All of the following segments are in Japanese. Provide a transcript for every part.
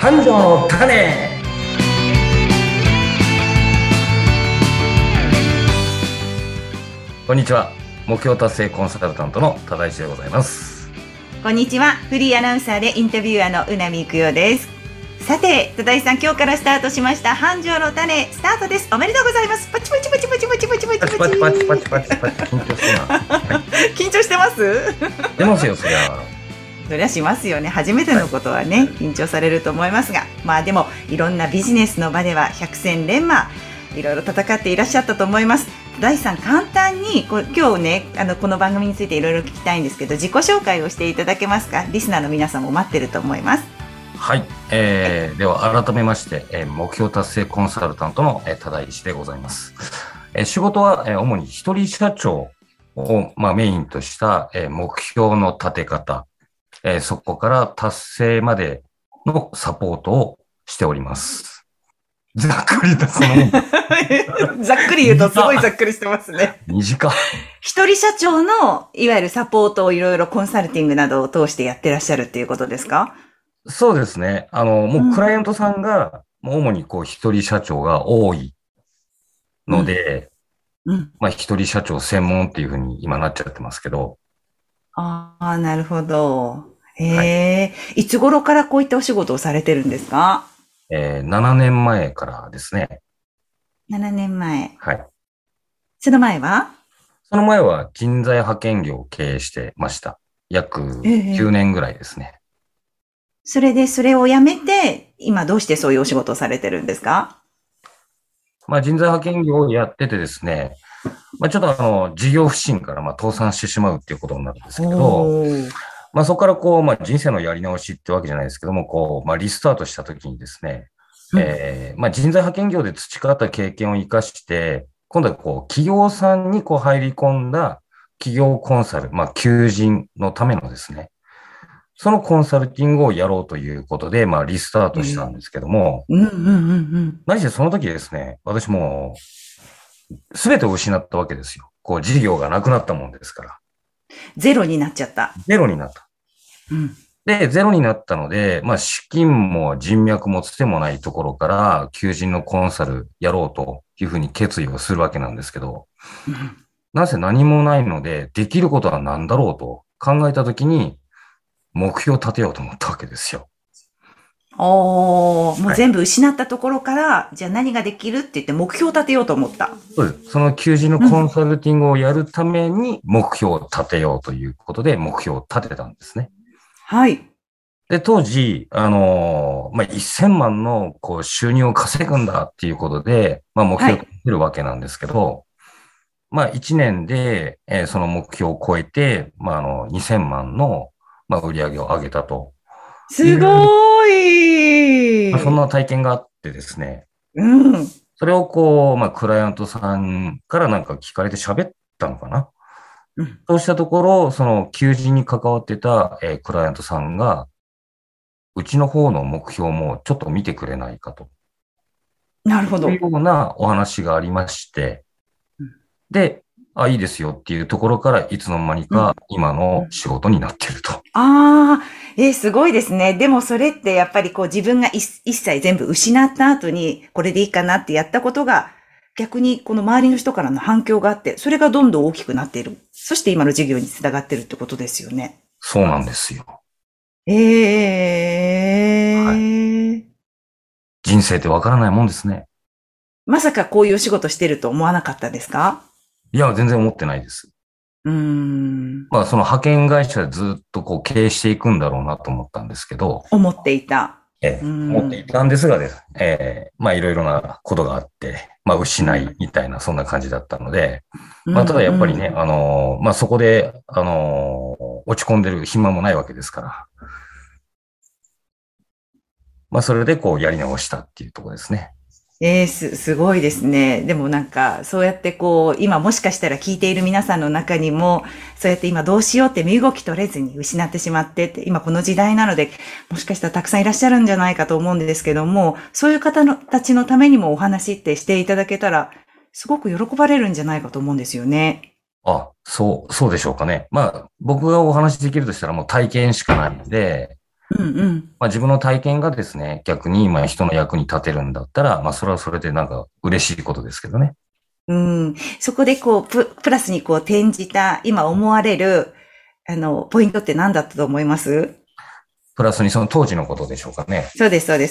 繁盛の種。こんにちは。目標達成コンサルタントの多田石でございます。 こんにちは。フリーアナウンサーでインタビュアーの宇波育代です。さて、多田石さん、今日からスタートしました繁盛の種スタートです。おめでとうございます。パチパチパチパチパチパチパチパチパチパチパチパチパチ緊張してな。 緊張してます出ますよ、そりゃ。 そりゃしますよね。初めてのことはね、緊張されると思いますが、まあでもいろんなビジネスの場では百戦錬磨いろいろ戦っていらっしゃったと思います。大さん、簡単に今日ね、この番組についていろいろ聞きたいんですけど、自己紹介をしていただけますか？リスナーの皆さんも待ってると思います。 はい、では改めまして、目標達成コンサルタントの多田石でございます。仕事は、主に一人社長を、メインとした、目標の立て方、そこから達成までのサポートをしております。ざっくりとそのざっくり言うとすごいざっくりしてますね。 短い。 一人社長のいわゆるサポートをいろいろコンサルティングなどを通してやってらっしゃるっていうことですか？ そうですね。もうクライアントさんが、主に一人社長が多いので、一人社長専門っていうふうに今なっちゃってますけど。 ああ、なるほど。いつ頃からこういったお仕事をされてるんですか ？7年前からですね。 7年前。 はい。 その前は人材派遣業を経営してました。約9年ぐらいですね。 それを辞めて、今どうしてそういうお仕事をされてるんですか？ 人材派遣業をやっててですね、ちょっと事業不振から倒産してしまうっていうことになるんですけど、そこから人生のやり直しってわけじゃないですけども、リスタートした時にですね、人材派遣業で培った経験を生かして、今度は企業さんに入り込んだ企業コンサル、求人のためのですね、そのコンサルティングをやろうということで、リスタートしたんですけども、何せその時ですね、私もすべてを失ったわけですよ。事業がなくなったもんですから。 ゼロになっちゃった。 ゼロになった。で、ゼロになったので、資金も人脈もつてもないところから、求人のコンサルやろうというふうに決意をするわけなんですけど、なぜ何もないので、できることは何だろうと考えたときに、目標を立てようと思ったわけですよ。 もう全部失ったところから、じゃあ何ができるって言って目標を立てようと思った。 そうです。その求人のコンサルティングをやるために目標を立てようということで目標を立てたんですね。 はい。 で、当時、1000万の収入を稼ぐんだっていうことで、目標を立てるわけなんですけど、1年で、その目標を超えて、2000万の、売り上げを上げたと。 すごい、 そんな体験があってですね。それをクライアントさんから聞かれて喋ったのかな。そうしたところ、その求人に関わってた、クライアントさんが、うちの方の目標もちょっと見てくれないかと。 なるほど。 というようなお話がありまして、で、いいですよっていうところからいつの間にか今の仕事になっていると。 すごいですね。でもそれってやっぱり自分が一切全部失った後にこれでいいかなってやったことが逆にこの周りの人からの反響があって、それがどんどん大きくなっている。そして今の事業につながっているってことですよね。 そうなんですよ。 はい、 人生ってわからないもんですね。 まさかこういうお仕事してると思わなかったですか？ いや、全然思ってないです。その派遣会社でずっと経営していくんだろうなと思ったんですけど。 思っていた。 思っていたんですがですね、いろいろなことがあって、失いみたいな、そんな感じだったので、ただやっぱりね、そこで、落ち込んでる暇もないわけですから、それでやり直したっていうところですね。 すごいですね。でもそうやって今もしかしたら聞いている皆さんの中にも、そうやって今どうしようって身動き取れずに失ってしまってって、今この時代なので、もしかしたらたくさんいらっしゃるんじゃないかと思うんですけども、そういう方たちのためにもお話ってしていただけたら、すごく喜ばれるんじゃないかと思うんですよね。 そうでしょうかね。僕がお話しできるとしたらもう体験しかないので、 うんうん。 まあ自分の体験がですね、逆にまあ人の役に立てるんだったら、まあそれはそれでなんか嬉しいことですけどね。 うん。そこでこう、プラスにこう転じた、今思われる、ポイントって何だったと思います？ プラスにその当時のことでしょうかね。 そうです、そうです。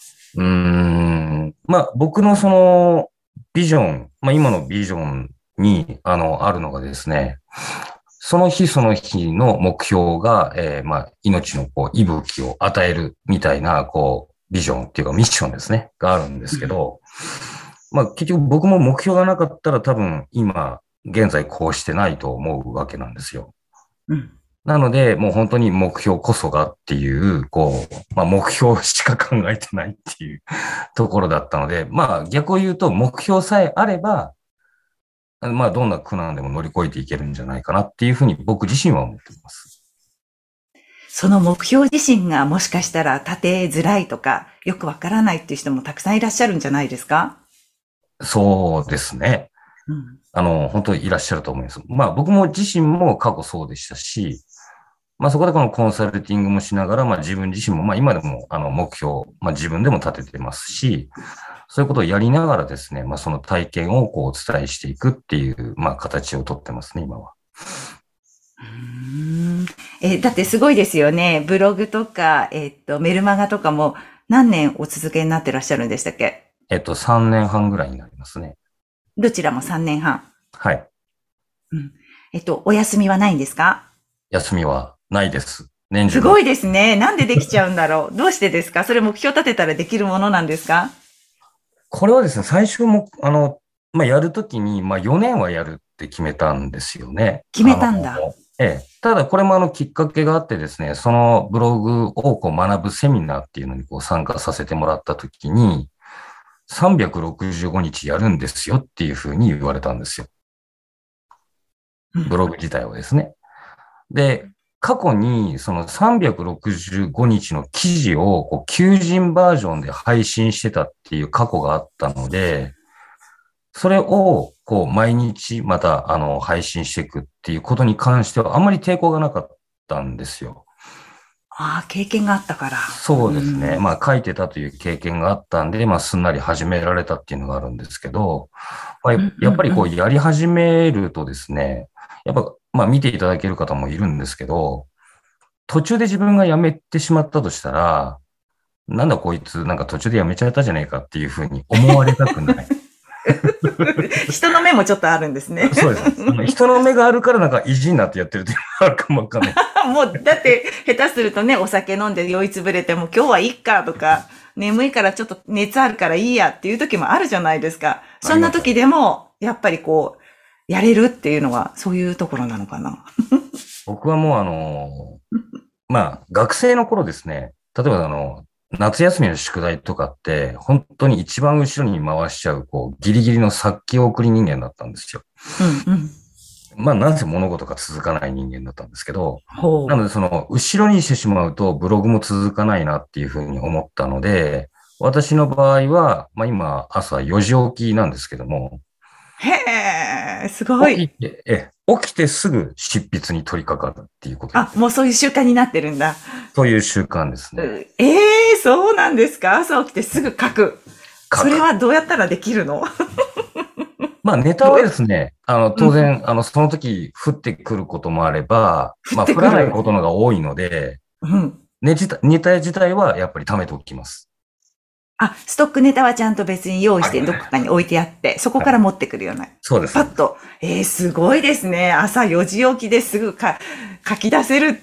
まあ僕のそのビジョン、まあ今のビジョンにあるのがですね、その日その日の目標が、まあ命のこう息吹を与えるみたいなこうビジョンっていうかミッションですね、があるんですけど、まあ結局僕も目標がなかったら多分今現在こうしてないと思うわけなんですよ。 うん。 なので、もう本当に目標こそがっていう、こう、まあ目標しか考えてないっていうところだったので、まあ逆を言うと目標さえあれば、まあどんな苦難でも乗り越えていけるんじゃないかなっていうふうに僕自身は思っています。 その目標自身がもしかしたら立てづらいとか、よくわからないっていう人もたくさんいらっしゃるんじゃないですか？ そうですね。 うん。 本当にいらっしゃると思います。まあ僕も自身も過去そうでしたし、まあそこでこのコンサルティングもしながら、まあ自分自身も、まあ今でも目標、まあ自分でも立ててますし、そういうことをやりながらですね、まあその体験をこうお伝えしていくっていう、まあ形をとってますね、今は。 うーん。だってすごいですよね。ブログとか、メルマガとかも何年お続けになってらっしゃるんでしたっけ？ 3年半ぐらいになりますね。 どちらも3年半。 はい。 うん。お休みはないんですか？ 休みはないです。年中も。 すごいですね。なんでできちゃうんだろう。どうしてですか？それ目標立てたらできるものなんですか？ これはですね、最初も、まあやるときに、まあ4年はやるって決めたんですよね。 決めたんだ。 ただこれもきっかけがあってですね、そのブログをこう学ぶセミナーっていうのにこう参加させてもらったときに、365日やるんですよっていうふうに言われたんですよ。 うん。 ブログ自体をですね。で、過去にその365日の記事をこう求人バージョンで配信してたっていう過去があったので、それをこう毎日また配信していくっていうことに関してはあんまり抵抗がなかったんですよ。 ああ、経験があったから。 そううですね。 ん。 まあ書いてたという経験があったんで、まあすんなり始められたっていうのがあるんですけど、まあ、 うんうやっぱりこうんうん。 やり始めるとですね、やっぱまあ見ていただける方もいるんですけど、途中で自分が辞めてしまったとしたら、なんだこいつなんか途中で辞めちゃったじゃねえかっていうふうに思われたくない。 人の目もちょっとあるんですね。 そうです。人の目があるからなんか意地になってやってるっていうのがあるかもわかんない。 もう、だって、下手するとね、お酒飲んで酔いつぶれても今日はいっかとか、眠いからちょっと熱あるからいいやっていう時もあるじゃないですか。 あります。 そんな時でも、やっぱりこう、やれるっていうのは、そういうところなのかな。 僕はもうまあ、学生の頃ですね、例えば夏休みの宿題とかって、本当に一番後ろに回しちゃう、こう、ギリギリの先送り人間だったんですよ。 うんうん。 まあ、なんせ物事が続かない人間だったんですけど、なほう。 ので、後ろにしてしまうと、ブログも続かないなっていうふうに思ったので、私の場合は、まあ今、朝4時起きなんですけども、 へえ、すごい。 起きてすぐ執筆に取り掛かるっていうことをやっあ、 てます。 もうそういう習慣になってるんだ。 そういう習慣ですね。 そうなんですか？朝起きてすぐ書く。それ書く。 はどうやったらできるの？ まあ、ネタはどうやっ、 ですね、 うん、 当然、その時降ってくることもあれば、 降っまあ、降らないてくる。 ことのが多いので、 うん。 ネタ自体はやっぱり貯めておきます。 あ、ストックネタはちゃんと別に用意してどっあります。 かに置いてあって、そこはい。 から持ってくるような。 そうです、そうです。 パッと。すごいですね。朝4時起きですぐ書き出せるって、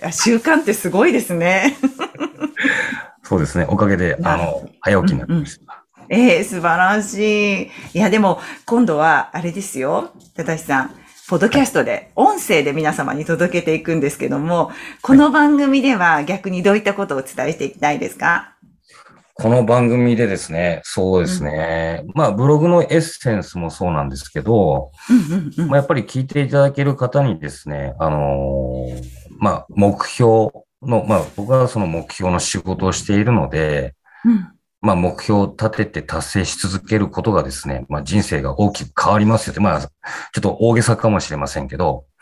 習慣ってすごいですね。 そうですね。おかげで、 なるほど。 早起きになうんうん。 りました。 素晴らしい。いや、でも、今度は、あれですよ。正さん。ポッドはい。 キャストで、音声で皆様に届けていくんですけども、こはい。 の番組では逆にどういったことをお伝えしていきたいですか？ この番組でですね、そうですうん。 ね。まあ、ブログのエッセンスもそうなんですけど、 うんうんうまあ、やん。 っぱり聞いていただける方にですね、まあ、目標の、まあ、僕はその目標の仕事をしているので、 うん。 まあ、目標を立てて達成し続けることがですね、まあ、人生が大きく変わりますよって、まあ、ちょっと大げさかもしれませんけど、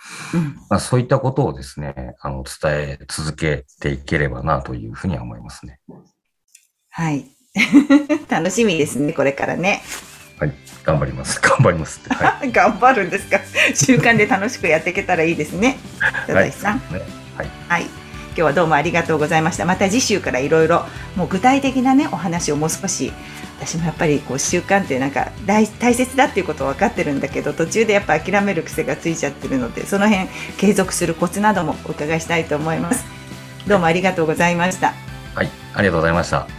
そういったことをですね、伝え続けていければなというふうには思いますね。 はい。楽しみですね、これからね。 はい。頑張ります。頑張りますって。はい、頑張るんですか。習慣で楽しくやっていけたらいいですね。佐々木さん。 はい。はい。 はい。今日はどうもありがとうございました。また次週からいろいろ、もう具体的なね、お話をもう少し、私もやっぱりこう習慣ってなんか大切だっていうことは分かってるんだけど、途中でやっぱ諦める癖がついちゃってるので、その辺継続するコツなどもお伺いしたいと思います。どうもありがとうございました。 はい。ありがとうございました。